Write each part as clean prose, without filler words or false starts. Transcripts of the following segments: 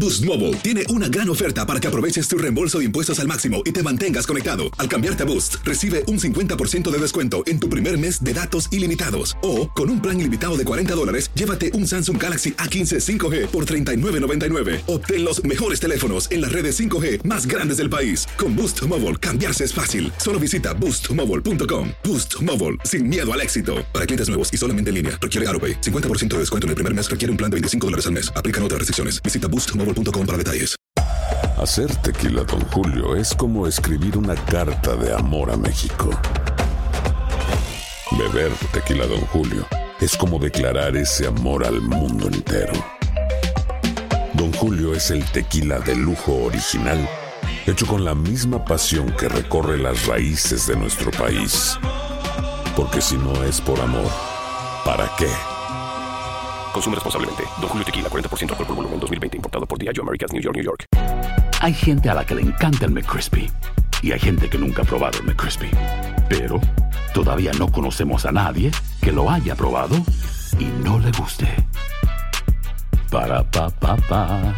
Boost Mobile tiene una gran oferta para que aproveches tu reembolso de impuestos al máximo y te mantengas conectado. Al cambiarte a Boost, recibe un 50% de descuento en tu primer mes de datos ilimitados. O, con un plan ilimitado de $40, llévate un Samsung Galaxy A15 5G por $39.99. Obtén los mejores teléfonos en las redes 5G más grandes del país. Con Boost Mobile, cambiarse es fácil. Solo visita boostmobile.com. Boost Mobile, sin miedo al éxito. Para clientes nuevos y solamente en línea, requiere AroPay. 50% de descuento en el primer mes requiere un plan de $25 al mes. Aplican otras restricciones. Visita boostmobile.com para detalles. Hacer tequila Don Julio es como escribir una carta de amor a México. Beber tequila Don Julio es como declarar ese amor al mundo entero. Don Julio es el tequila de lujo original, hecho con la misma pasión que recorre las raíces de nuestro país. Porque si no es por amor, ¿para qué? Consume responsablemente. Don Julio Tequila, 40% alcohol por volumen, 2020. Importado por Diageo Americas, New York, New York. Hay gente a la que le encanta el McCrispy y hay gente que nunca ha probado el McCrispy. Pero todavía no conocemos a nadie que lo haya probado y no le guste. Para, pa, pa, pa.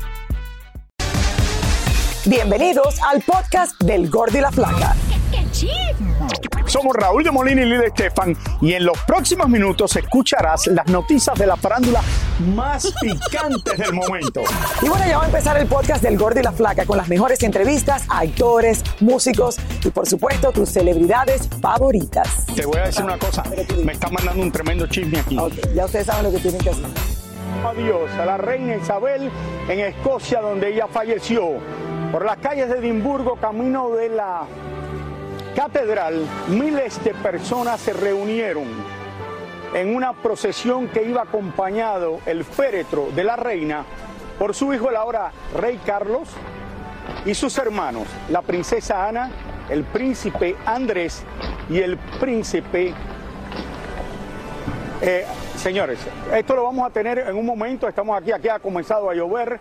Bienvenidos al podcast del Gordo y la Flaca. Somos Raúl de Molina y Lidia Estefan y en los próximos minutos escucharás las noticias de la farándula más picantes del momento. Y bueno, ya va a empezar el podcast del Gordo y la Flaca con las mejores entrevistas a actores, músicos y por supuesto tus celebridades favoritas. Te voy a decir una cosa, me está mandando un tremendo chisme aquí. Okay, ya ustedes saben lo que tienen que hacer. Adiós a la reina Isabel en Escocia, donde ella falleció. Por las calles de Edimburgo, camino de la catedral, miles de personas se reunieron en una procesión que iba acompañado el féretro de la reina por su hijo, el ahora rey Carlos, y sus hermanos, la princesa Ana, el príncipe Andrés y el príncipe... señores, esto lo vamos a tener en un momento, estamos aquí ha comenzado a llover.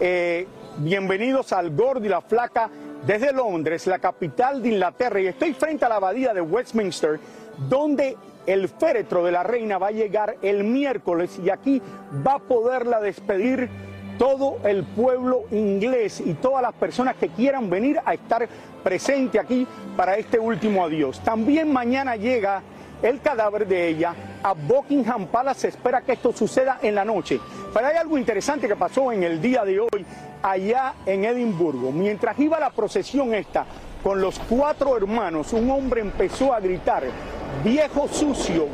Bienvenidos al Gordo y la Flaca desde Londres, la capital de Inglaterra, y estoy frente a la abadía de Westminster, donde el féretro de la reina va a llegar el miércoles y aquí va a poderla despedir todo el pueblo inglés y todas las personas que quieran venir a estar presente aquí para este último adiós. También mañana llega el cadáver de ella a Buckingham Palace. Se espera que esto suceda en la noche. Pero hay algo interesante que pasó en el día de hoy allá en Edimburgo. Mientras iba la procesión esta con los 4 hermanos, un hombre empezó a gritar: viejo sucio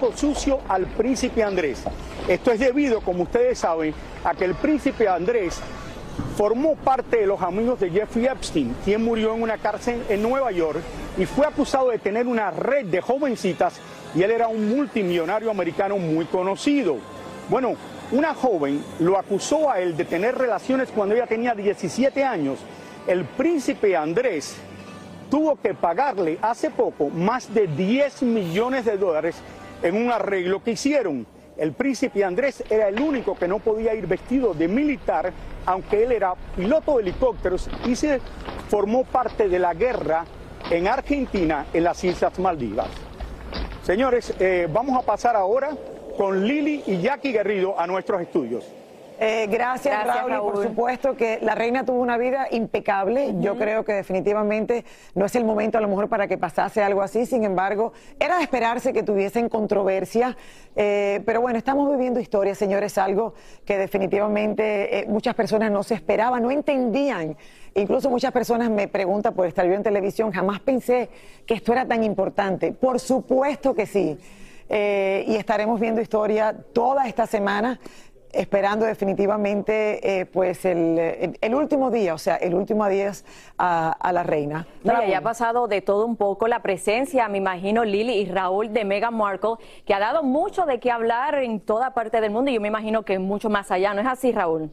al príncipe Andrés. Esto es debido, como ustedes saben, a que el príncipe Andrés formó parte de los amigos de Jeffrey Epstein, quien murió en una cárcel en Nueva York y fue acusado de tener una red de jovencitas, y él era un multimillonario americano muy conocido. Bueno, una joven lo acusó a él de tener relaciones cuando ella tenía 17 años. El príncipe Andrés tuvo que pagarle hace poco más de $10 millones en un arreglo que hicieron. El príncipe Andrés era el único que no podía ir vestido de militar, aunque él era piloto de helicópteros y se formó parte de la guerra en Argentina, en las Islas Maldivas. Señores, vamos a pasar ahora con Lili y Jackie Guerrido a nuestros estudios. Gracias, Raúl. Y por supuesto que la reina tuvo una vida impecable. Yo creo que definitivamente no es el momento a lo mejor para que pasase algo así. Sin embargo, era de esperarse que tuviesen controversia. Pero bueno, estamos viviendo historias, señores, algo que definitivamente muchas personas no se esperaban, no entendían. Incluso muchas personas me preguntan por estar yo en televisión, jamás pensé que esto era tan importante. Por supuesto que sí. Y estaremos viendo historia toda esta semana, esperando definitivamente pues el último día, o sea, el último adiós a la reina. No, ya ha pasado de todo un poco la presencia, me imagino, Lili y Raúl, de Meghan Markle, que ha dado mucho de qué hablar en toda parte del mundo y yo me imagino que mucho más allá, ¿no es así, Raúl?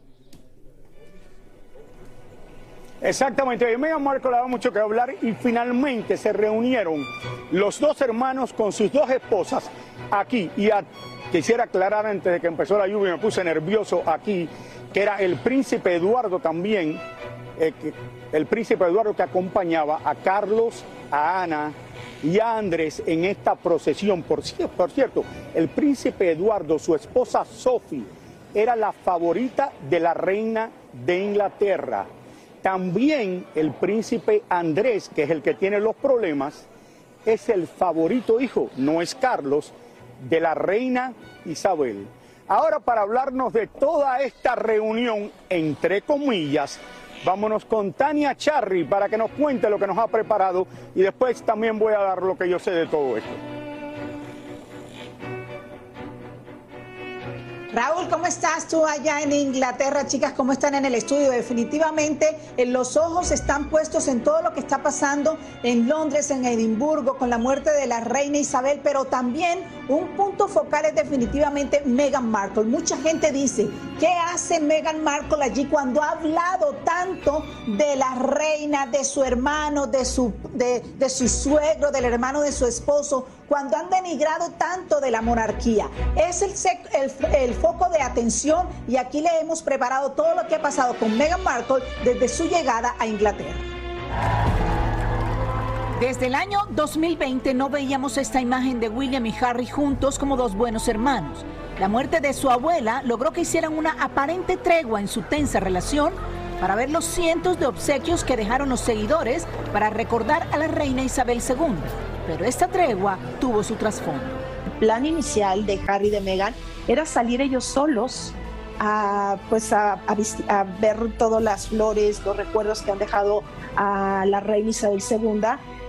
Exactamente, Meghan Markle ha dado mucho que hablar y finalmente se reunieron los 2 hermanos con sus 2 esposas aquí. Y quisiera aclarar antes de que empezó la lluvia, me puse nervioso aquí, que era el príncipe Eduardo también, el príncipe Eduardo que acompañaba a Carlos, a Ana y a Andrés en esta procesión. Por cierto, el príncipe Eduardo, su esposa Sophie era la favorita de la reina de Inglaterra. También el príncipe Andrés, que es el que tiene los problemas, es el favorito hijo, no es Carlos, de la reina Isabel. Ahora, para hablarnos de toda esta reunión, entre comillas, vámonos con Tania Charry para que nos cuente lo que nos ha preparado y después también voy a dar lo que yo sé de todo esto. Raúl, ¿cómo estás tú allá en Inglaterra? Chicas, ¿cómo están en el estudio? Definitivamente los ojos están puestos en todo lo que está pasando en Londres, en Edimburgo, con la muerte de la reina Isabel, pero también un punto focal es definitivamente Meghan Markle. Mucha gente dice, ¿qué hace Meghan Markle allí cuando ha hablado tanto de la reina, de su hermano, de su suegro, del hermano de su esposo, cuando han denigrado tanto de la monarquía? Es el foco de atención y aquí le hemos preparado todo lo que ha pasado con Meghan Markle desde su llegada a Inglaterra. Desde el año 2020 no veíamos esta imagen de William y Harry juntos como dos buenos hermanos. La muerte de su abuela logró que hicieran una aparente tregua en su tensa relación para ver los cientos de obsequios que dejaron los seguidores para recordar a la reina Isabel II. Pero esta tregua tuvo su trasfondo. El plan inicial de Harry y de Meghan era salir ellos solos a ver todas las flores, los recuerdos que han dejado a la reina Isabel II.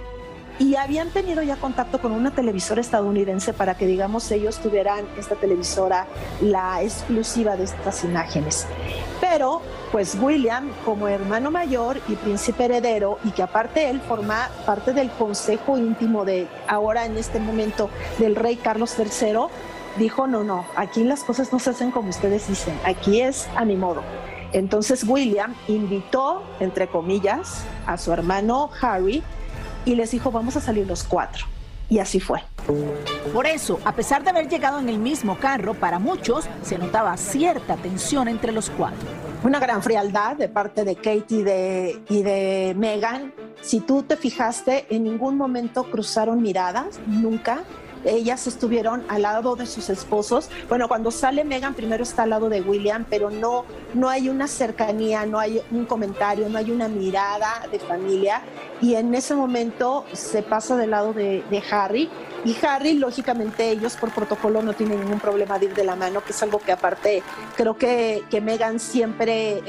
Y habían tenido ya contacto con una televisora estadounidense para que, digamos, ellos tuvieran esta televisora la exclusiva de estas imágenes. Pero, pues William, como hermano mayor y príncipe heredero, y que aparte él forma parte del consejo íntimo de ahora en este momento del rey Carlos III, dijo, no, aquí las cosas no se hacen como ustedes dicen, aquí es a mi modo. Entonces William invitó, entre comillas, a su hermano Harry, y les dijo, vamos a salir los cuatro. Y así fue. Por eso, a pesar de haber llegado en el mismo carro, para muchos se notaba cierta tensión entre los cuatro. Una gran frialdad de parte de Kate y de Meghan. Si tú te fijaste, en ningún momento cruzaron miradas, nunca. Ellas estuvieron al lado de sus esposos. Bueno, cuando sale Meghan, primero está al lado de William, pero no hay una cercanía, no hay un comentario, no hay una mirada de familia. Y en ese momento se pasa del lado de Harry. Y Harry, lógicamente, ellos por protocolo no tienen ningún problema de ir de la mano, que es algo que aparte creo que Meghan siempre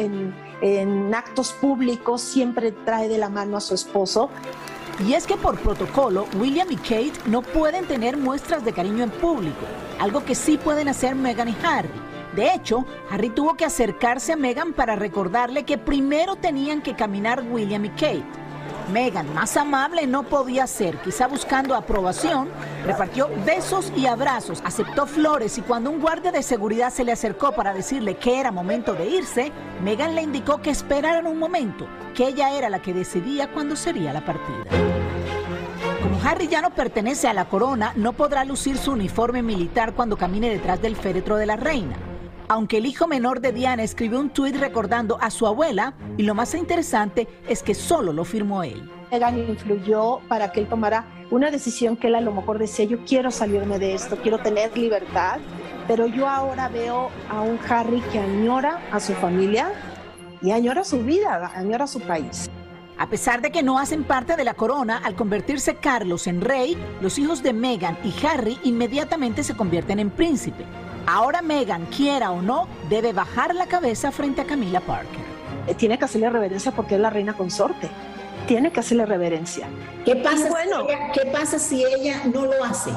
en actos públicos siempre trae de la mano a su esposo. Y es que por protocolo, William y Kate no pueden tener muestras de cariño en público, algo que sí pueden hacer Meghan y Harry. De hecho, Harry tuvo que acercarse a Meghan para recordarle que primero tenían que caminar William y Kate. Meghan, más amable no podía ser, quizá buscando aprobación, repartió besos y abrazos, aceptó flores y cuando un guardia de seguridad se le acercó para decirle que era momento de irse, Meghan le indicó que esperaran un momento, que ella era la que decidía cuándo sería la partida. Como Harry ya no pertenece a la corona, no podrá lucir su uniforme militar cuando camine detrás del féretro de la reina. Aunque el hijo menor de Diana escribió un tuit recordando a su abuela, y lo más interesante es que solo lo firmó él. Meghan influyó para que él tomara una decisión que él a lo mejor decía, yo quiero salirme de esto, quiero tener libertad, pero yo ahora veo a un Harry que añora a su familia y añora su vida, añora su país. A pesar de que no hacen parte de la corona, al convertirse Carlos en rey, los hijos de Meghan y Harry inmediatamente se convierten en príncipe. Ahora Meghan, quiera o no, debe bajar la cabeza frente a Camilla Parker. Tiene que hacerle reverencia porque es la reina consorte. Tiene que hacerle reverencia. ¿Qué pasa si ella no lo hace?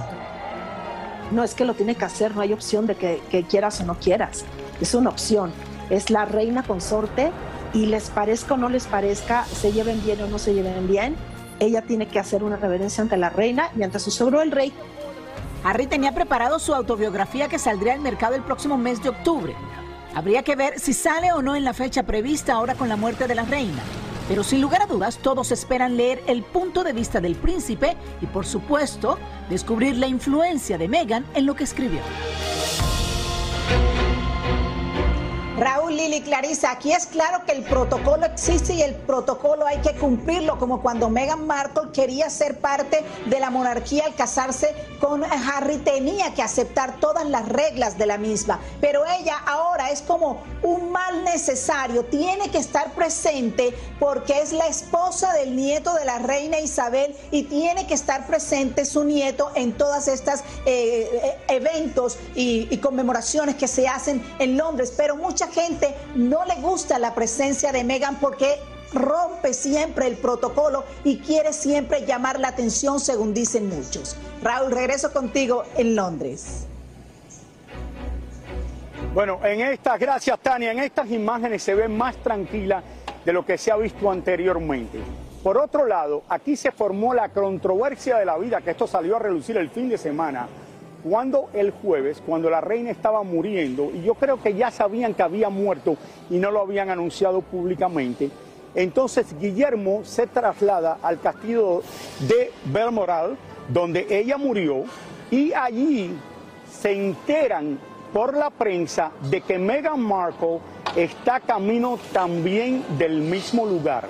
No, es que lo tiene que hacer, no hay opción de que quieras o no quieras. Es una opción. Es la reina consorte y les parezca o no les parezca, se lleven bien o no se lleven bien, ella tiene que hacer una reverencia ante la reina y ante su suegro el rey. Harry tenía preparado su autobiografía que saldría al mercado el próximo mes de octubre. Habría que ver si sale o no en la fecha prevista ahora con la muerte de la reina. Pero sin lugar a dudas, todos esperan leer el punto de vista del príncipe y, por supuesto, descubrir la influencia de Meghan en lo que escribió. Raúl, Lili, Clarisa, aquí es claro que el protocolo existe y el protocolo hay que cumplirlo, como cuando Meghan Markle quería ser parte de la monarquía al casarse con Harry, tenía que aceptar todas las reglas de la misma, pero ella ahora es como un mal necesario, tiene que estar presente porque es la esposa del nieto de la reina Isabel y tiene que estar presente su nieto en todas estas eventos y conmemoraciones que se hacen en Londres, pero mucha gente no le gusta la presencia de Meghan porque rompe siempre el protocolo y quiere siempre llamar la atención, según dicen muchos. Raúl, regreso contigo en Londres. Bueno, gracias Tania, en estas imágenes se ve más tranquila de lo que se ha visto anteriormente. Por otro lado, aquí se formó la controversia de la vida, que esto salió a relucir el fin de semana, cuando el jueves, cuando la reina estaba muriendo, y yo creo que ya sabían que había muerto y no lo habían anunciado públicamente, entonces Guillermo se traslada al castillo de Balmoral, donde ella murió, y allí se enteran por la prensa de que Meghan Markle está camino también del mismo lugar.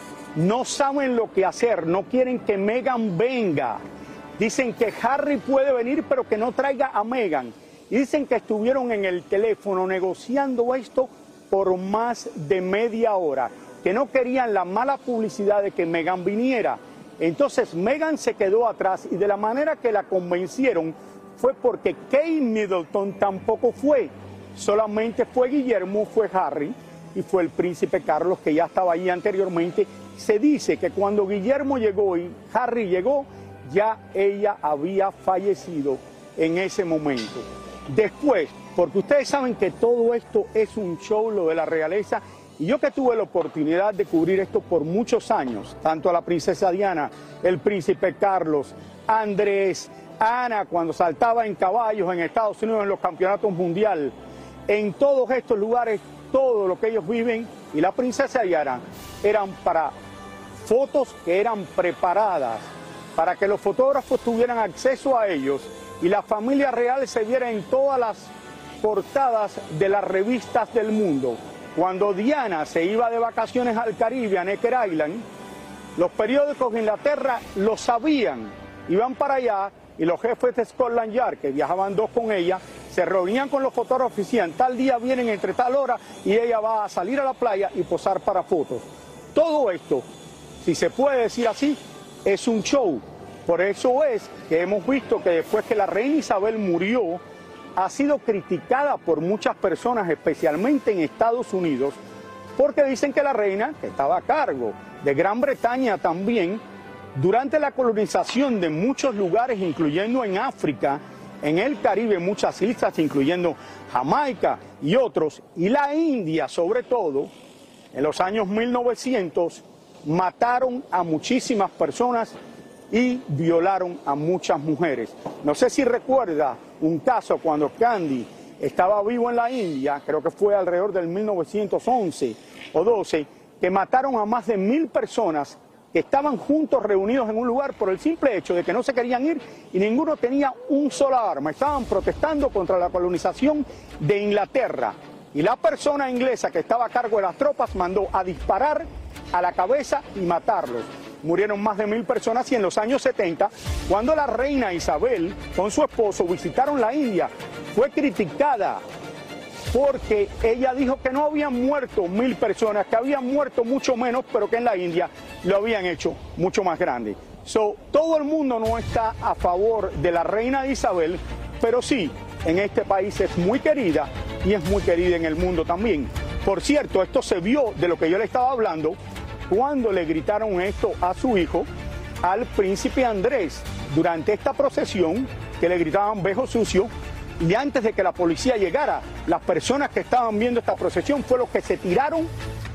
No saben lo que hacer, no quieren que Meghan venga. Dicen que Harry puede venir, pero que no traiga a Meghan. Y dicen que estuvieron en el teléfono negociando esto por más de media hora, que no querían la mala publicidad de que Meghan viniera. Entonces Meghan se quedó atrás y de la manera que la convencieron fue porque Kate Middleton tampoco fue. Solamente fue Guillermo, fue Harry y fue el príncipe Carlos, que ya estaba ahí anteriormente. Se dice que cuando Guillermo llegó y Harry llegó, ya ella había fallecido en ese momento. Después, porque ustedes saben que todo esto es un show, lo de la realeza, y yo que tuve la oportunidad de cubrir esto por muchos años, tanto a la princesa Diana, el príncipe Carlos, Andrés, Ana, cuando saltaba en caballos en Estados Unidos en los campeonatos mundiales, en todos estos lugares, todo lo que ellos viven, y la princesa Diana, eran para fotos que eran preparadas, para que los fotógrafos tuvieran acceso a ellos y la familia real se viera en todas las portadas de las revistas del mundo. Cuando Diana se iba de vacaciones al Caribe, a Necker Island, los periódicos de Inglaterra lo sabían, iban para allá y los jefes de Scotland Yard, que viajaban dos con ella, se reunían con los fotógrafos y decían, tal día vienen entre tal hora y ella va a salir a la playa y posar para fotos. Todo esto, si se puede decir así, es un show. Por eso es que hemos visto que después que la reina Isabel murió, ha sido criticada por muchas personas, especialmente en Estados Unidos, porque dicen que la reina, que estaba a cargo de Gran Bretaña también, durante la colonización de muchos lugares, incluyendo en África, en el Caribe, muchas islas, incluyendo Jamaica y otros, y la India sobre todo, en los años 1900, mataron a muchísimas personas y violaron a muchas mujeres. No sé si recuerda un caso cuando Gandhi estaba vivo en la India, creo que fue alrededor del 1911 o 12, que mataron a más de 1000 personas que estaban juntos reunidos en un lugar por el simple hecho de que no se querían ir y ninguno tenía un sola arma. Estaban protestando contra la colonización de Inglaterra y la persona inglesa que estaba a cargo de las tropas mandó a disparar a la cabeza y matarlos. Murieron más de 1000 personas y en los años 70, cuando la reina Isabel con su esposo visitaron la India, fue criticada porque ella dijo que no habían muerto 1000 personas, que habían muerto mucho menos, pero que en la India lo habían hecho mucho más grande. Todo el mundo no está a favor de la reina Isabel, pero sí, en este país es muy querida y es muy querida en el mundo también. Por cierto, esto se vio de lo que yo le estaba hablando cuando le gritaron esto a su hijo, al príncipe Andrés, durante esta procesión, que le gritaban beso sucio, y antes de que la policía llegara, las personas que estaban viendo esta procesión fueron los que se tiraron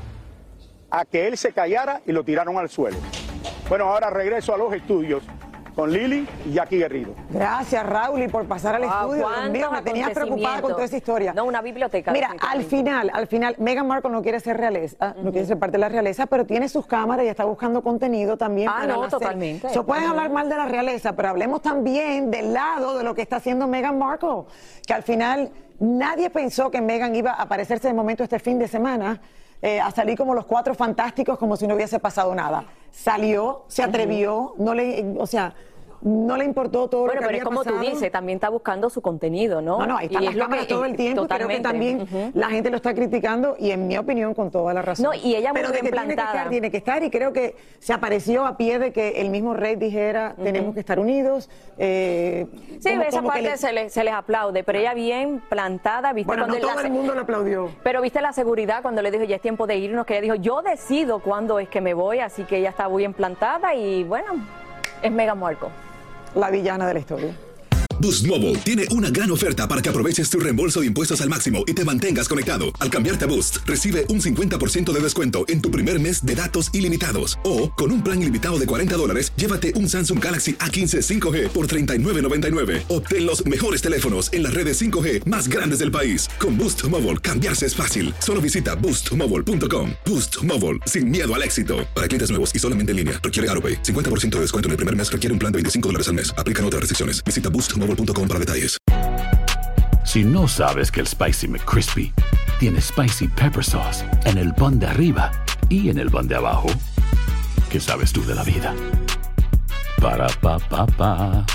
a que él se callara y lo tiraron al suelo. Bueno, ahora regreso a los estudios con Lili y Jackie Guerrido. Gracias, Raúl, y por pasar al estudio. Dios mío, me tenías preocupada con toda esa historia. No, una biblioteca. Mira, al final, Meghan Markle no quiere ser realeza, no quiere ser parte de la realeza, pero tiene sus cámaras y está buscando contenido también. Totalmente. Pueden hablar mal de la realeza, pero hablemos también del lado de lo que está haciendo Meghan Markle, que al final nadie pensó que Meghan iba a aparecerse de momento este fin de semana, a salir como los Cuatro Fantásticos, como si no hubiese pasado nada. Salió, se atrevió, no le importó todo lo que había pasado. Bueno, pero es como tú dices, también está buscando su contenido, ¿no? No, ahí están las cámaras todo el tiempo. Totalmente. Creo que también la gente lo está criticando y, en mi opinión, con toda la razón. No, y ella muy bien plantada. Tiene que estar, y creo que se apareció a pie de que el mismo rey dijera, tenemos que estar unidos. Sí, esa parte se les aplaude, pero ella bien plantada. ¿Viste? Bueno, no todo el mundo le aplaudió. Pero viste la seguridad cuando le dijo, ya es tiempo de irnos, que ella dijo, yo decido cuándo es que me voy, así que ella está muy bien plantada y, bueno, es Meghan Markle. La villana de la historia. Boost Mobile tiene una gran oferta para que aproveches tu reembolso de impuestos al máximo y te mantengas conectado. Al cambiarte a Boost, recibe un 50% de descuento en tu primer mes de datos ilimitados. O, con un plan ilimitado de $40, llévate un Samsung Galaxy A15 5G por $39.99. Obtén los mejores teléfonos en las redes 5G más grandes del país. Con Boost Mobile, cambiarse es fácil. Solo visita boostmobile.com. Boost Mobile, sin miedo al éxito. Para clientes nuevos y solamente en línea, requiere AutoPay. 50% de descuento en el primer mes requiere un plan de $25 al mes. Aplican otras restricciones. Visita boostmobile.com para detalles. Si no sabes que el Spicy McCrispy tiene Spicy Pepper Sauce en el pan de arriba y en el pan de abajo, ¿qué sabes tú de la vida? Para, pa, pa, pa.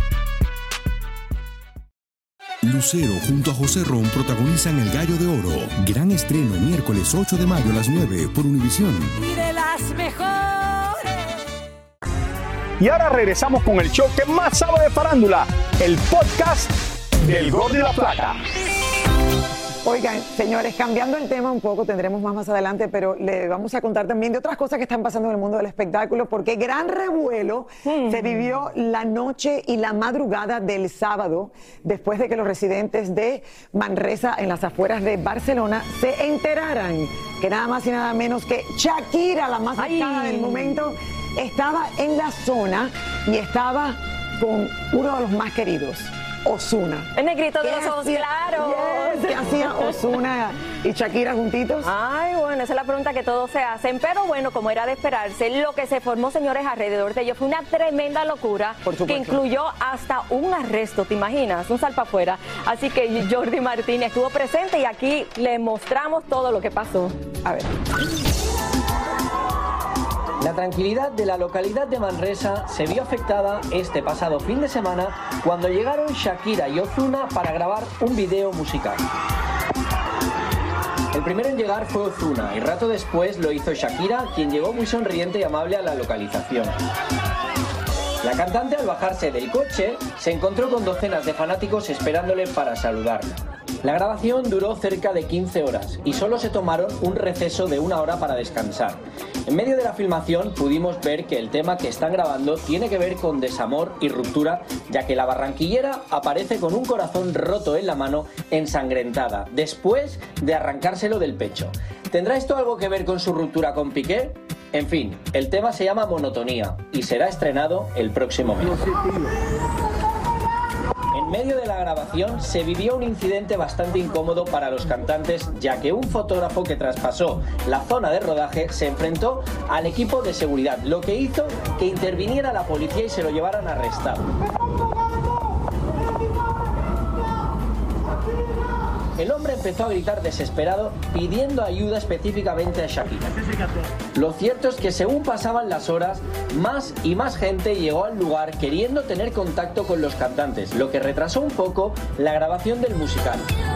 Lucero junto a José Ron protagonizan El Gallo de Oro. Gran estreno miércoles 8 de mayo a las 9 por Univisión. Y de las mejores. Y ahora regresamos con el show que más sabe de farándula, el podcast del Gordo y la Flaca. Oigan, señores, cambiando el tema un poco, tendremos más adelante, pero le vamos a contar también de otras cosas que están pasando en el mundo del espectáculo, porque gran revuelo se vivió la noche y la madrugada del sábado, después de que los residentes de Manresa, en las afueras de Barcelona, se enteraran que nada más y nada menos que Shakira, la más activa del momento, estaba en la zona y estaba con uno de los más queridos, Ozuna. El negrito de los ojos claros. ¿Qué hacía Ozuna y Shakira juntitos? Ay, bueno, esa es la pregunta que todos se hacen. Pero bueno, como era de esperarse, lo que se formó, señores, alrededor de ellos fue una tremenda locura que incluyó hasta un arresto, ¿te imaginas? Un salpa afuera. Así que Jordi Martínez estuvo presente y aquí le mostramos todo lo que pasó. A ver. La tranquilidad de la localidad de Manresa se vio afectada este pasado fin de semana cuando llegaron Shakira y Ozuna para grabar un video musical. El primero en llegar fue Ozuna y rato después lo hizo Shakira, quien llegó muy sonriente y amable a la localización. La cantante, al bajarse del coche, se encontró con docenas de fanáticos esperándole para saludarla. La grabación duró cerca de 15 horas y solo se tomaron un receso de 1 hora para descansar. En medio de la filmación pudimos ver que el tema que están grabando tiene que ver con desamor y ruptura, ya que la barranquillera aparece con un corazón roto en la mano, ensangrentada, después de arrancárselo del pecho. ¿Tendrá esto algo que ver con su ruptura con Piqué? En fin, el tema se llama Monotonía y será estrenado el próximo mes. En medio de la grabación se vivió un incidente bastante incómodo para los cantantes, ya que un fotógrafo que traspasó la zona de rodaje se enfrentó al equipo de seguridad, lo que hizo que interviniera la policía y se lo llevaran arrestado. El hombre empezó a gritar desesperado, pidiendo ayuda específicamente a Shakira. Lo cierto es que según pasaban las horas, más y más gente llegó al lugar queriendo tener contacto con los cantantes, lo que retrasó un poco la grabación del musical.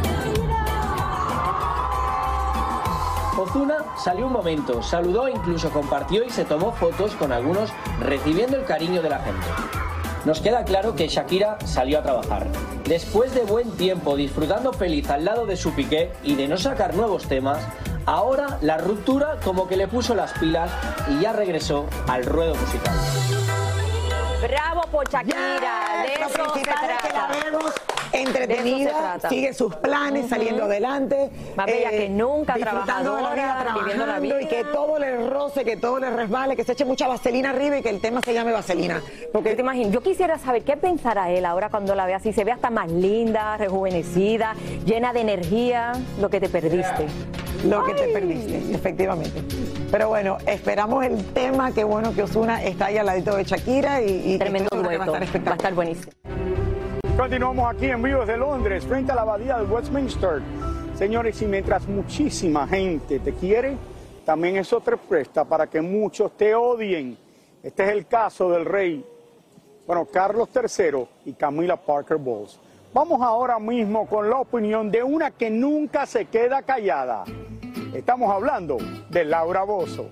Ozuna salió un momento, saludó e incluso compartió y se tomó fotos con algunos, recibiendo el cariño de la gente. Nos queda claro que Shakira salió a trabajar. Después de buen tiempo disfrutando feliz al lado de su Piqué y de no sacar nuevos temas, ahora la ruptura como que le puso las pilas y ya regresó al ruedo musical. ¡Bravo por Shakira! De eso se trata. entretenida, sigue sus planes, saliendo adelante. Más bella que nunca, disfrutando de la vida, viviendo la vida. Y que todo le roce, que todo le resbale, que se eche mucha vaselina arriba y que el tema se llame vaselina. Porque te imaginas, yo quisiera saber qué pensará él ahora cuando la vea así. Se ve hasta más linda, rejuvenecida, llena de energía, lo que te perdiste. Lo que te perdiste, efectivamente. Pero bueno, esperamos el tema. Qué bueno que Ozuna está ahí al ladito de Shakira y tremendo dueto. Va a estar buenísimo. Continuamos aquí en vivo desde Londres, frente a la abadía de Westminster. Señores, y mientras muchísima gente te quiere, también eso te presta para que muchos te odien. Este es el caso del rey, Carlos III y Camila Parker Bowles. Vamos ahora mismo con la opinión de una que nunca se queda callada. Estamos hablando de Laura Bozzo.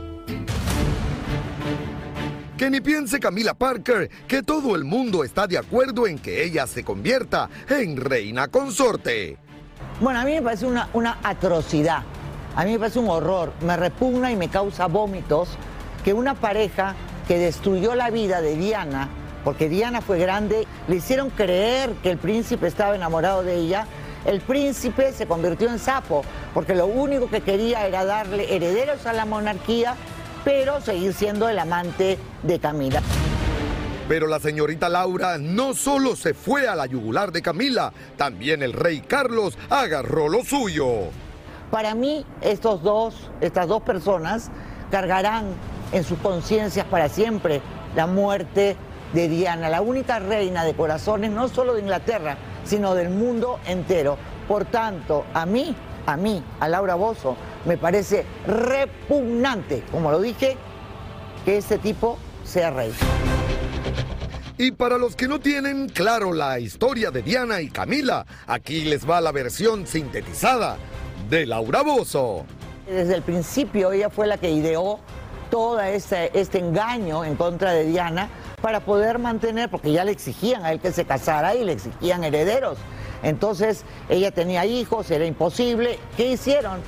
Que ni piense Camila Parker que todo el mundo está de acuerdo en que ella se convierta en reina consorte. Bueno, a mí me parece una atrocidad, a mí me parece un horror, me repugna y me causa vómitos que una pareja que destruyó la vida de Diana, porque Diana fue grande, le hicieron creer que el príncipe estaba enamorado de ella. El príncipe se convirtió en sapo, porque lo único que quería era darle herederos a la monarquía, pero seguir siendo el amante de Camila. Pero la señorita Laura no solo se fue a la yugular de Camila, también el rey Carlos agarró lo suyo. Para mí, estas dos personas cargarán en sus conciencias para siempre la muerte de Diana, la única reina de corazones, no solo de Inglaterra, sino del mundo entero. Por tanto, a Laura Bozzo, me parece repugnante, como lo dije, que este tipo sea rey. Y para los que no tienen claro la historia de Diana y Camila, aquí les va la versión sintetizada de Laura Bozzo. Desde el principio ella fue la que ideó todo este engaño en contra de Diana para poder mantener, porque ya le exigían a él que se casara y le exigían herederos. Entonces ella tenía hijos, era imposible. ¿Qué hicieron?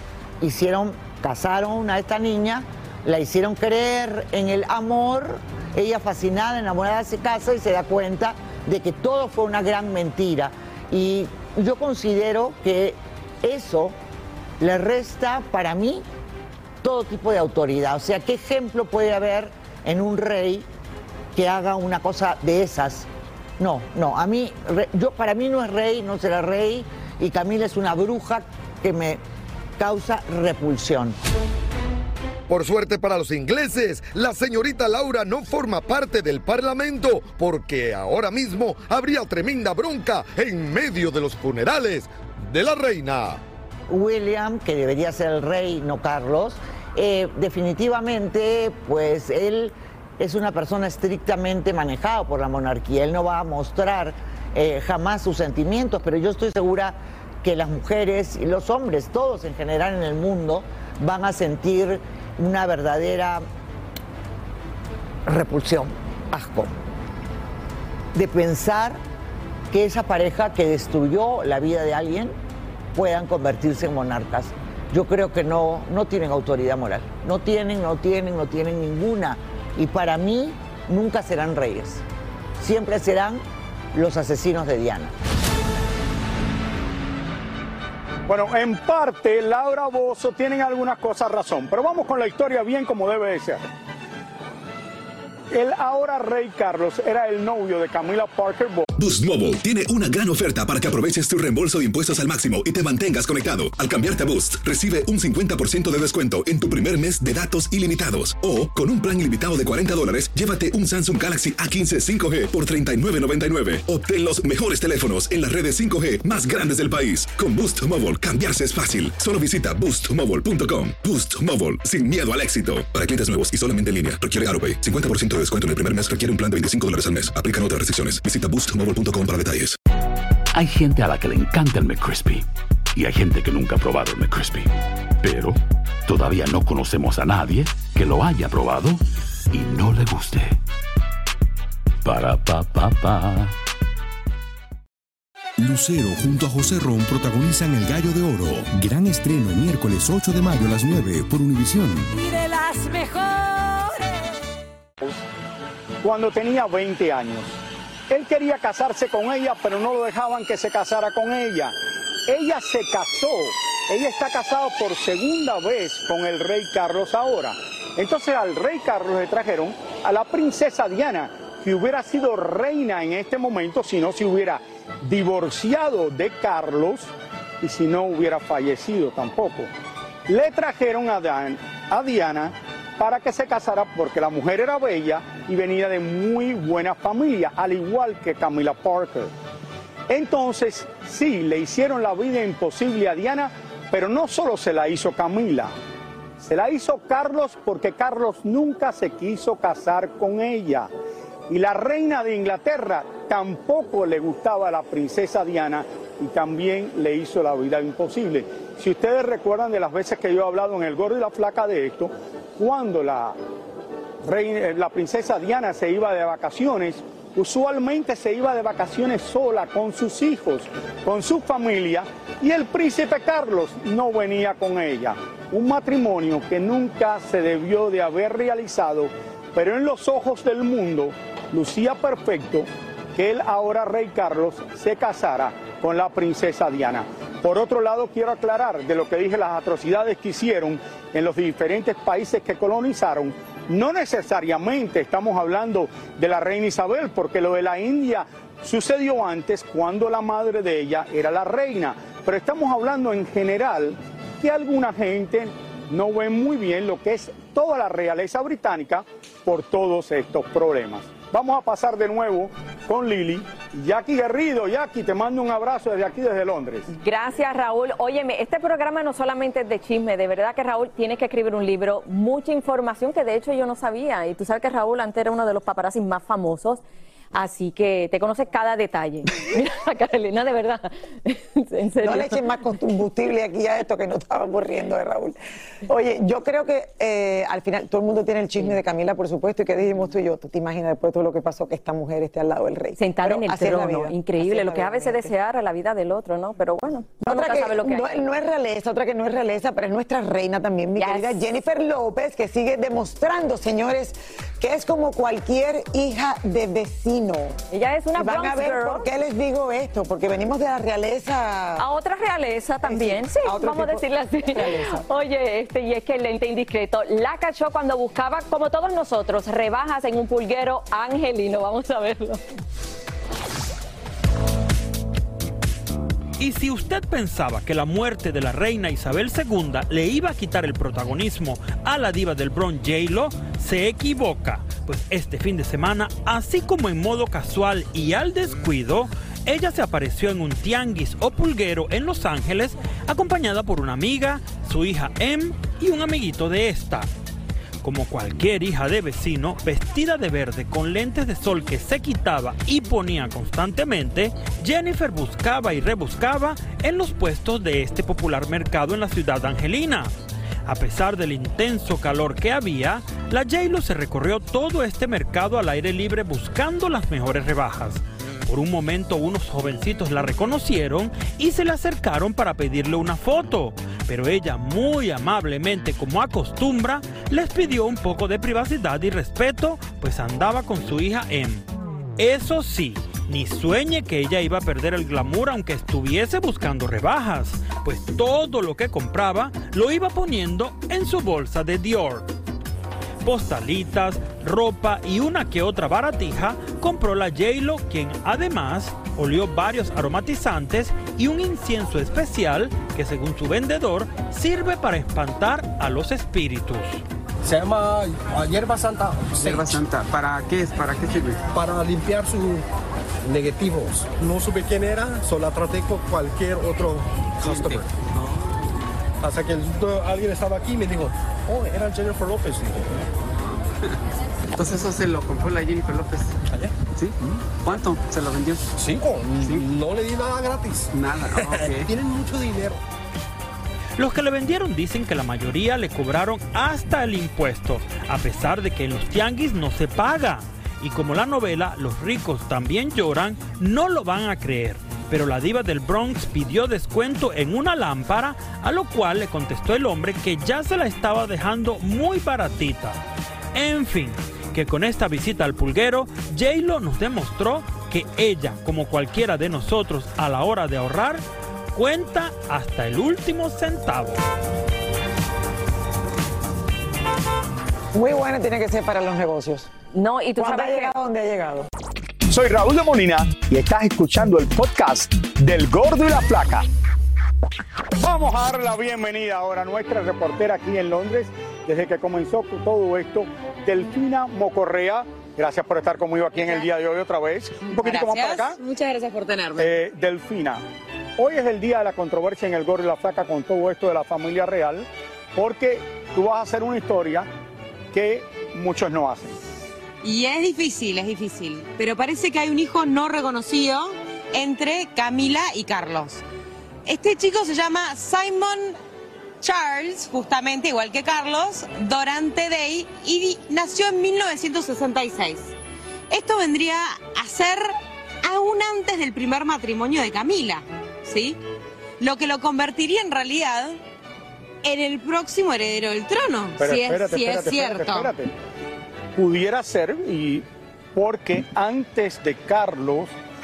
Casaron a esta niña, la hicieron creer en el amor, ella fascinada, enamorada, se casa y se da cuenta de que todo fue una gran mentira. Y yo considero que eso le resta, para mí, todo tipo de autoridad. O sea, ¿qué ejemplo puede haber en un rey que haga una cosa de esas? No, para mí no es rey, no será rey, y Camila es una bruja que me causa repulsión. Por suerte para los ingleses, la señorita Laura no forma parte del Parlamento, porque ahora mismo habría tremenda bronca en medio de los funerales de la reina. William, que debería ser el rey, no Carlos, definitivamente, pues él es una persona estrictamente manejada por la monarquía. Él no va a mostrar jamás sus sentimientos, pero yo estoy segura que las mujeres y los hombres, todos en general en el mundo, van a sentir una verdadera repulsión, asco, de pensar que esa pareja que destruyó la vida de alguien puedan convertirse en monarcas. Yo creo que no tienen autoridad moral, no tienen ninguna, y para mí nunca serán reyes, siempre serán los asesinos de Diana. Bueno, en parte Laura Bozzo tienen algunas cosas razón, pero vamos con la historia bien como debe de ser. El ahora rey Carlos era el novio de Camila Parker Bowles. Boost Mobile tiene una gran oferta para que aproveches tu reembolso de impuestos al máximo y te mantengas conectado. Al cambiarte a Boost, recibe un 50% de descuento en tu primer mes de datos ilimitados. O, con un plan ilimitado de $40, llévate un Samsung Galaxy A15 5G por $39.99. Obtén los mejores teléfonos en las redes 5G más grandes del país. Con Boost Mobile, cambiarse es fácil. Solo visita boostmobile.com. Boost Mobile, sin miedo al éxito. Para clientes nuevos y solamente en línea, requiere AutoPay. 50% de descuento en el primer mes, requiere un plan de $25 al mes. Aplican otras restricciones. Visita boostmobile.com para detalles. Hay gente a la que le encanta el McCrispy y hay gente que nunca ha probado el McCrispy. Pero todavía no conocemos a nadie que lo haya probado y no le guste. Para pa pa pa. Lucero junto a José Ron protagonizan El Gallo de Oro. Gran estreno miércoles 8 de mayo a las 9 por Univisión. Y de las mejores. Cuando tenía 20 años, Él quería casarse con ella, pero no lo dejaban que se casara con ella. Ella se casó. Ella está casada por segunda vez con el rey Carlos ahora. Entonces al rey Carlos le trajeron a la princesa Diana, que hubiera sido reina en este momento si no se hubiera divorciado de Carlos y si no hubiera fallecido tampoco. Le trajeron a Diana para que se casara porque la mujer era bella y venía de muy buena familia, al igual que Camila Parker. Entonces, sí, le hicieron la vida imposible a Diana, pero no solo se la hizo Camila, se la hizo Carlos porque Carlos nunca se quiso casar con ella. Y la reina de Inglaterra tampoco le gustaba a la princesa Diana y también le hizo la vida imposible. Si ustedes recuerdan de las veces que yo he hablado en El Gordo y la Flaca de esto, cuando la princesa Diana se iba de vacaciones, usualmente se iba de vacaciones sola, con sus hijos, con su familia, y el príncipe Carlos no venía con ella. Un matrimonio que nunca se debió de haber realizado, pero en los ojos del mundo lucía perfecto que él, ahora rey Carlos, se casara con la princesa Diana. Por otro lado, quiero aclarar de lo que dije, las atrocidades que hicieron en los diferentes países que colonizaron. No necesariamente estamos hablando de la reina Isabel, porque lo de la India sucedió antes, cuando la madre de ella era la reina. Pero estamos hablando en general que alguna gente no ve muy bien lo que es toda la realeza británica por todos estos problemas. Vamos a pasar de nuevo con Lili. Jackie Garrido, Jackie, te mando un abrazo desde aquí, desde Londres. Gracias, Raúl. Óyeme, este programa no solamente es de chisme, de verdad que Raúl tiene que escribir un libro, mucha información que de hecho yo no sabía. Y tú sabes que Raúl antes era uno de los paparazzis más famosos. Así que te conoces cada detalle. Mira, Carolina, de verdad. En serio. No le echen más combustible aquí a esto que no estaba ocurriendo de Raúl. Oye, yo creo que al final todo el mundo tiene el chisme de Camila, por supuesto, y que dijimos tú y yo. ¿Tú te imaginas después todo lo que pasó, que esta mujer esté al lado del rey? Sentada en el trono, increíble. Lo que a veces desear a la vida del otro, ¿no? Pero bueno, otra que sabe lo que no es realeza, otra que no es realeza, pero es nuestra reina también, mi querida Jennifer López, que sigue demostrando, señores, que es como cualquier hija de vecino. Ella es una Van a ver girl. por qué les digo esto, porque venimos de la realeza. A otra realeza también, sí, vamos a decirle así. Oye, y es que el lente indiscreto la cachó cuando buscaba, como todos nosotros, rebajas en un pulguero angelino. Vamos a verlo. Y si usted pensaba que la muerte de la reina Isabel II le iba a quitar el protagonismo a la diva del Bronx J-Lo, se equivoca. Pues este fin de semana, así como en modo casual y al descuido, ella se apareció en un tianguis o pulguero en Los Ángeles, acompañada por una amiga, su hija Em y un amiguito de esta. Como cualquier hija de vecino, vestida de verde con lentes de sol que se quitaba y ponía constantemente, Jennifer buscaba y rebuscaba en los puestos de este popular mercado en la ciudad angelina. A pesar del intenso calor que había, la J-Lo se recorrió todo este mercado al aire libre buscando las mejores rebajas. Por un momento unos jovencitos la reconocieron y se le acercaron para pedirle una foto, pero ella muy amablemente, como acostumbra, les pidió un poco de privacidad y respeto, pues andaba con su hija Em. Eso sí, ni sueñe que ella iba a perder el glamour aunque estuviese buscando rebajas, pues todo lo que compraba lo iba poniendo en su bolsa de Dior. Postalitas, ropa y una que otra baratija compró la J-Lo, quien además olió varios aromatizantes y un incienso especial que, según su vendedor, sirve para espantar a los espíritus. Se llama hierba santa. Hierba santa, ¿para qué es? ¿Para qué sirve? Para limpiar sus negativos. No supe quién era, solo la traté con cualquier otro customer. Hasta que alguien estaba aquí y me dijo, oh, era Jennifer López. Entonces eso se lo compró la Jennifer López. ¿Allá? ¿Sí? ¿Cuánto se lo vendió? 5. No le di nada gratis. Nada, okay. Tienen mucho dinero. Los que le vendieron dicen que la mayoría le cobraron hasta el impuesto, a pesar de que en los tianguis no se paga. Y como la novela Los ricos también lloran, no lo van a creer. Pero la diva del Bronx pidió descuento en una lámpara, a lo cual le contestó el hombre que ya se la estaba dejando muy baratita. En fin, que con esta visita al pulguero, J-Lo nos demostró que ella, como cualquiera de nosotros a la hora de ahorrar, cuenta hasta el último centavo. Muy buena tiene que ser para los negocios. No, y tú ¿Cuándo sabes ha llegado? ¿Dónde ha llegado? Soy Raúl de Molina y estás escuchando el podcast del Gordo y la Flaca. Vamos a dar la bienvenida ahora a nuestra reportera aquí en Londres, desde que comenzó todo esto, Delfina Mocorrea. Gracias por estar conmigo aquí en el día de hoy otra vez. Un poquitico más para acá. Muchas gracias por tenerme. Delfina, hoy es el día de la controversia en el Gordo y la Flaca con todo esto de la familia real, porque tú vas a hacer una historia que muchos no hacen. Y es difícil, pero parece que hay un hijo no reconocido entre Camila y Carlos. Este chico se llama Simon Charles, justamente igual que Carlos, Dorante Day, y nació en 1966. Esto vendría a ser aún antes del primer matrimonio de Camila, ¿sí? Lo que lo convertiría en realidad en el próximo heredero del trono, Pero si espérate, es cierto. Espérate. Pudiera ser, y porque antes de Carlos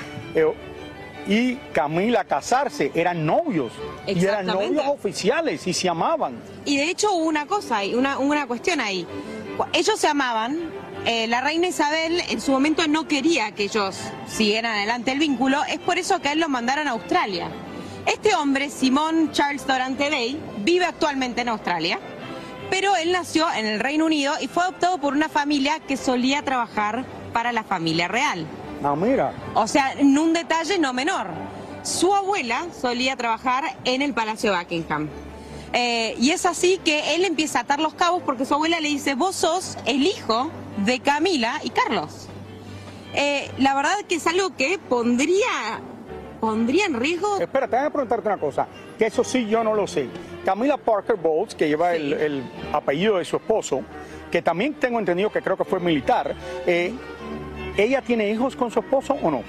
y Camila casarse, eran novios. Y eran novios oficiales y se amaban. Y de hecho hubo una cosa, una cuestión ahí. Ellos se amaban. La reina Isabel en su momento no quería que ellos siguieran adelante el vínculo. Es por eso que a él lo mandaron a Australia. Este hombre, Simon Charles Dorante Day, vive actualmente en Australia, pero él nació en el Reino Unido y fue adoptado por una familia que solía trabajar para la familia real. Ah, mira. O sea, en un detalle no menor. Su abuela solía trabajar en el Palacio de Buckingham. Y es así que él empieza a atar los cabos porque su abuela le dice, vos sos el hijo de Camila y Carlos. La verdad que es algo que pondría en riesgo... Espera, te voy a preguntarte una cosa, que eso sí yo no lo sé. Camila Parker Bowles, que lleva el apellido de su esposo, que también tengo entendido que creo que fue militar, ¿ella tiene hijos con su esposo o no?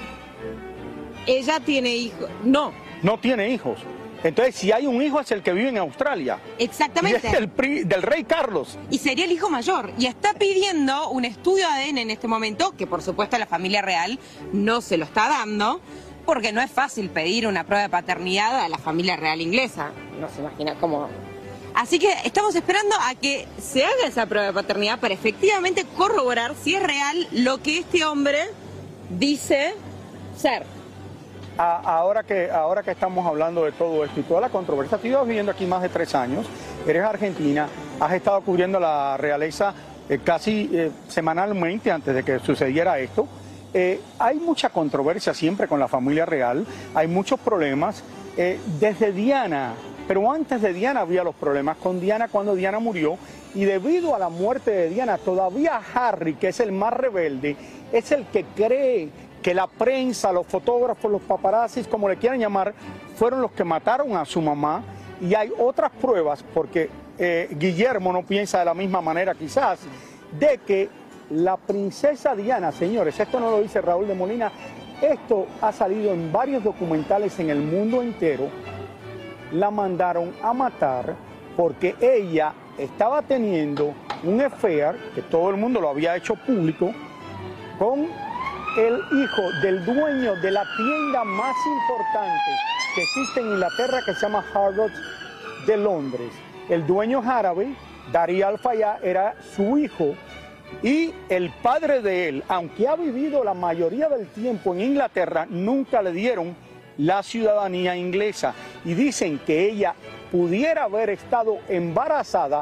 Ella tiene hijos, no. No tiene hijos. Entonces, si hay un hijo es el que vive en Australia. Exactamente. Y es del rey Carlos. Y sería el hijo mayor. Y está pidiendo un estudio de ADN en este momento, que por supuesto la familia real no se lo está dando, porque no es fácil pedir una prueba de paternidad a la familia real inglesa. No se imagina cómo... Así que estamos esperando a que se haga esa prueba de paternidad para efectivamente corroborar si es real lo que este hombre dice ser. Ahora que estamos hablando de todo esto y toda la controversia, tú llevas viviendo aquí más de 3 años, eres argentina, has estado cubriendo la realeza casi semanalmente antes de que sucediera esto. Hay mucha controversia siempre con la familia real, hay muchos problemas, desde Diana, pero antes de Diana había los problemas con Diana cuando Diana murió, y debido a la muerte de Diana todavía Harry, que es el más rebelde, es el que cree que la prensa, los fotógrafos, los paparazzis, como le quieran llamar, fueron los que mataron a su mamá, y hay otras pruebas, porque Guillermo no piensa de la misma manera quizás, de que la princesa Diana, señores, esto no lo dice Raúl de Molina, esto ha salido en varios documentales en el mundo entero, la mandaron a matar porque ella estaba teniendo un affair, que todo el mundo lo había hecho público, con el hijo del dueño de la tienda más importante que existe en Inglaterra, que se llama Harrods de Londres. El dueño es árabe, Dari Al-Fayed era su hijo, y el padre de él, aunque ha vivido la mayoría del tiempo en Inglaterra, nunca le dieron la ciudadanía inglesa. Y dicen que ella pudiera haber estado embarazada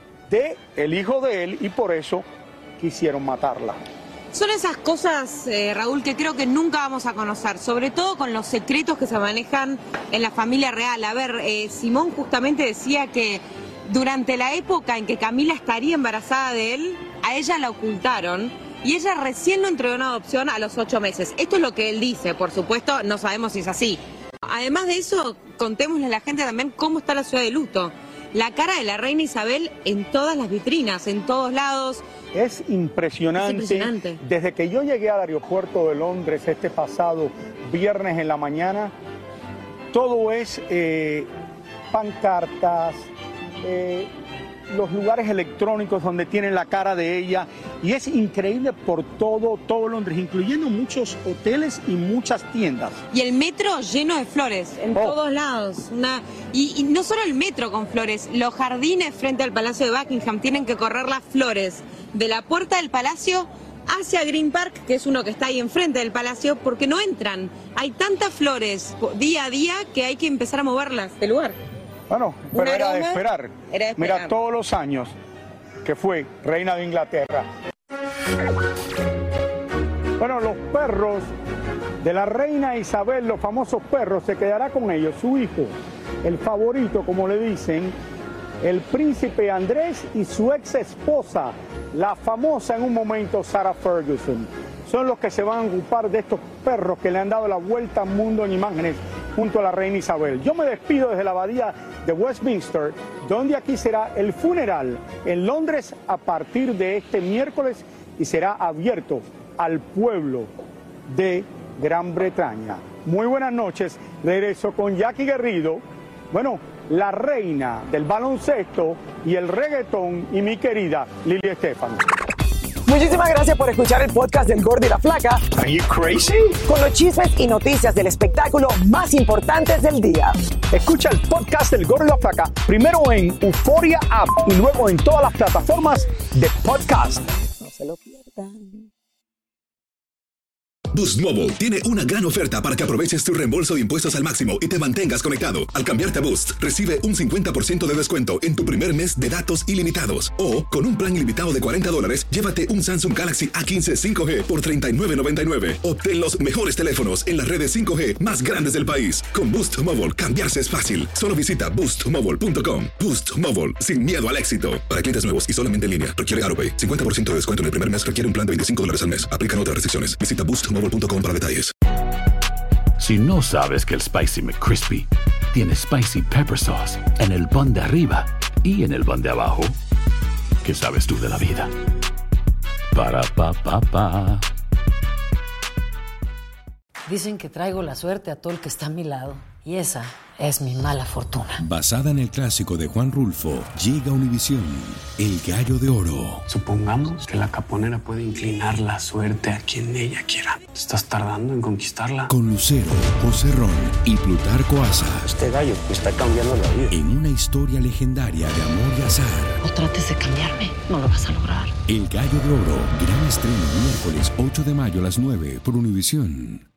del hijo de él y por eso quisieron matarla. Son esas cosas, Raúl, que creo que nunca vamos a conocer, sobre todo con los secretos que se manejan en la familia real. A ver, Simón justamente decía que durante la época en que Camila estaría embarazada de él, a ella la ocultaron y ella recién lo entregó en adopción a los 8 meses. Esto es lo que él dice, por supuesto, no sabemos si es así. Además de eso, contémosle a la gente también cómo está la ciudad de luto. La cara de la reina Isabel en todas las vitrinas, en todos lados. Es impresionante. Desde que yo llegué al aeropuerto de Londres este pasado viernes en la mañana, todo es pancartas, los lugares electrónicos donde tienen la cara de ella y es increíble por todo Londres, incluyendo muchos hoteles y muchas tiendas. Y el metro lleno de flores, en todos lados. Y no solo el metro con flores, los jardines frente al Palacio de Buckingham tienen que correr las flores de la puerta del palacio hacia Green Park, que es uno que está ahí enfrente del palacio, porque no entran. Hay tantas flores día a día que hay que empezar a moverlas del lugar. Bueno, pero era de esperar. Mira, todos los años que fue reina de Inglaterra. Bueno, los perros de la reina Isabel, los famosos perros, se quedará con ellos su hijo, el favorito, como le dicen, el príncipe Andrés, y su ex esposa, la famosa en un momento Sarah Ferguson. Son los que se van a ocupar de estos perros que le han dado la vuelta al mundo en imágenes junto a la reina Isabel. Yo me despido desde la abadía de Westminster, donde aquí será el funeral en Londres a partir de este miércoles y será abierto al pueblo de Gran Bretaña. Muy buenas noches, regreso con Jackie Guerrido, bueno, la reina del baloncesto y el reggaetón, y mi querida Lili Estefan. Muchísimas gracias por escuchar el podcast del Gordo y la Flaca. Are you crazy? Con los chismes y noticias del espectáculo más importantes del día. Escucha el podcast del Gordo y la Flaca primero en Euphoria App y luego en todas las plataformas de podcast. No se lo pierdan. Boost Mobile tiene una gran oferta para que aproveches tu reembolso de impuestos al máximo y te mantengas conectado. Al cambiarte a Boost, recibe un 50% de descuento en tu primer mes de datos ilimitados. O, con un plan ilimitado de $40, llévate un Samsung Galaxy A15 5G por $39.99. Obtén los mejores teléfonos en las redes 5G más grandes del país. Con Boost Mobile, cambiarse es fácil. Solo visita boostmobile.com. Boost Mobile, sin miedo al éxito. Para clientes nuevos y solamente en línea, requiere AutoPay. 50% de descuento en el primer mes requiere un plan de $25 al mes. Aplican otras restricciones. Visita boostmobile.com para detalles. Si no sabes que el Spicy McCrispy tiene Spicy Pepper Sauce en el pan de arriba y en el pan de abajo, ¿qué sabes tú de la vida? Para, pa, pa, pa. Dicen que traigo la suerte a todo el que está a mi lado. Y esa es mi mala fortuna. Basada en el clásico de Juan Rulfo, llega a Univisión, El Gallo de Oro. Supongamos que la caponera puede inclinar la suerte a quien ella quiera. ¿Estás tardando en conquistarla? Con Lucero, José Ron y Plutarco Asa. Este gallo te está cambiando la vida. En una historia legendaria de amor y azar. No trates de cambiarme, no lo vas a lograr. El Gallo de Oro, gran estreno miércoles 8 de mayo a las 9 por Univisión.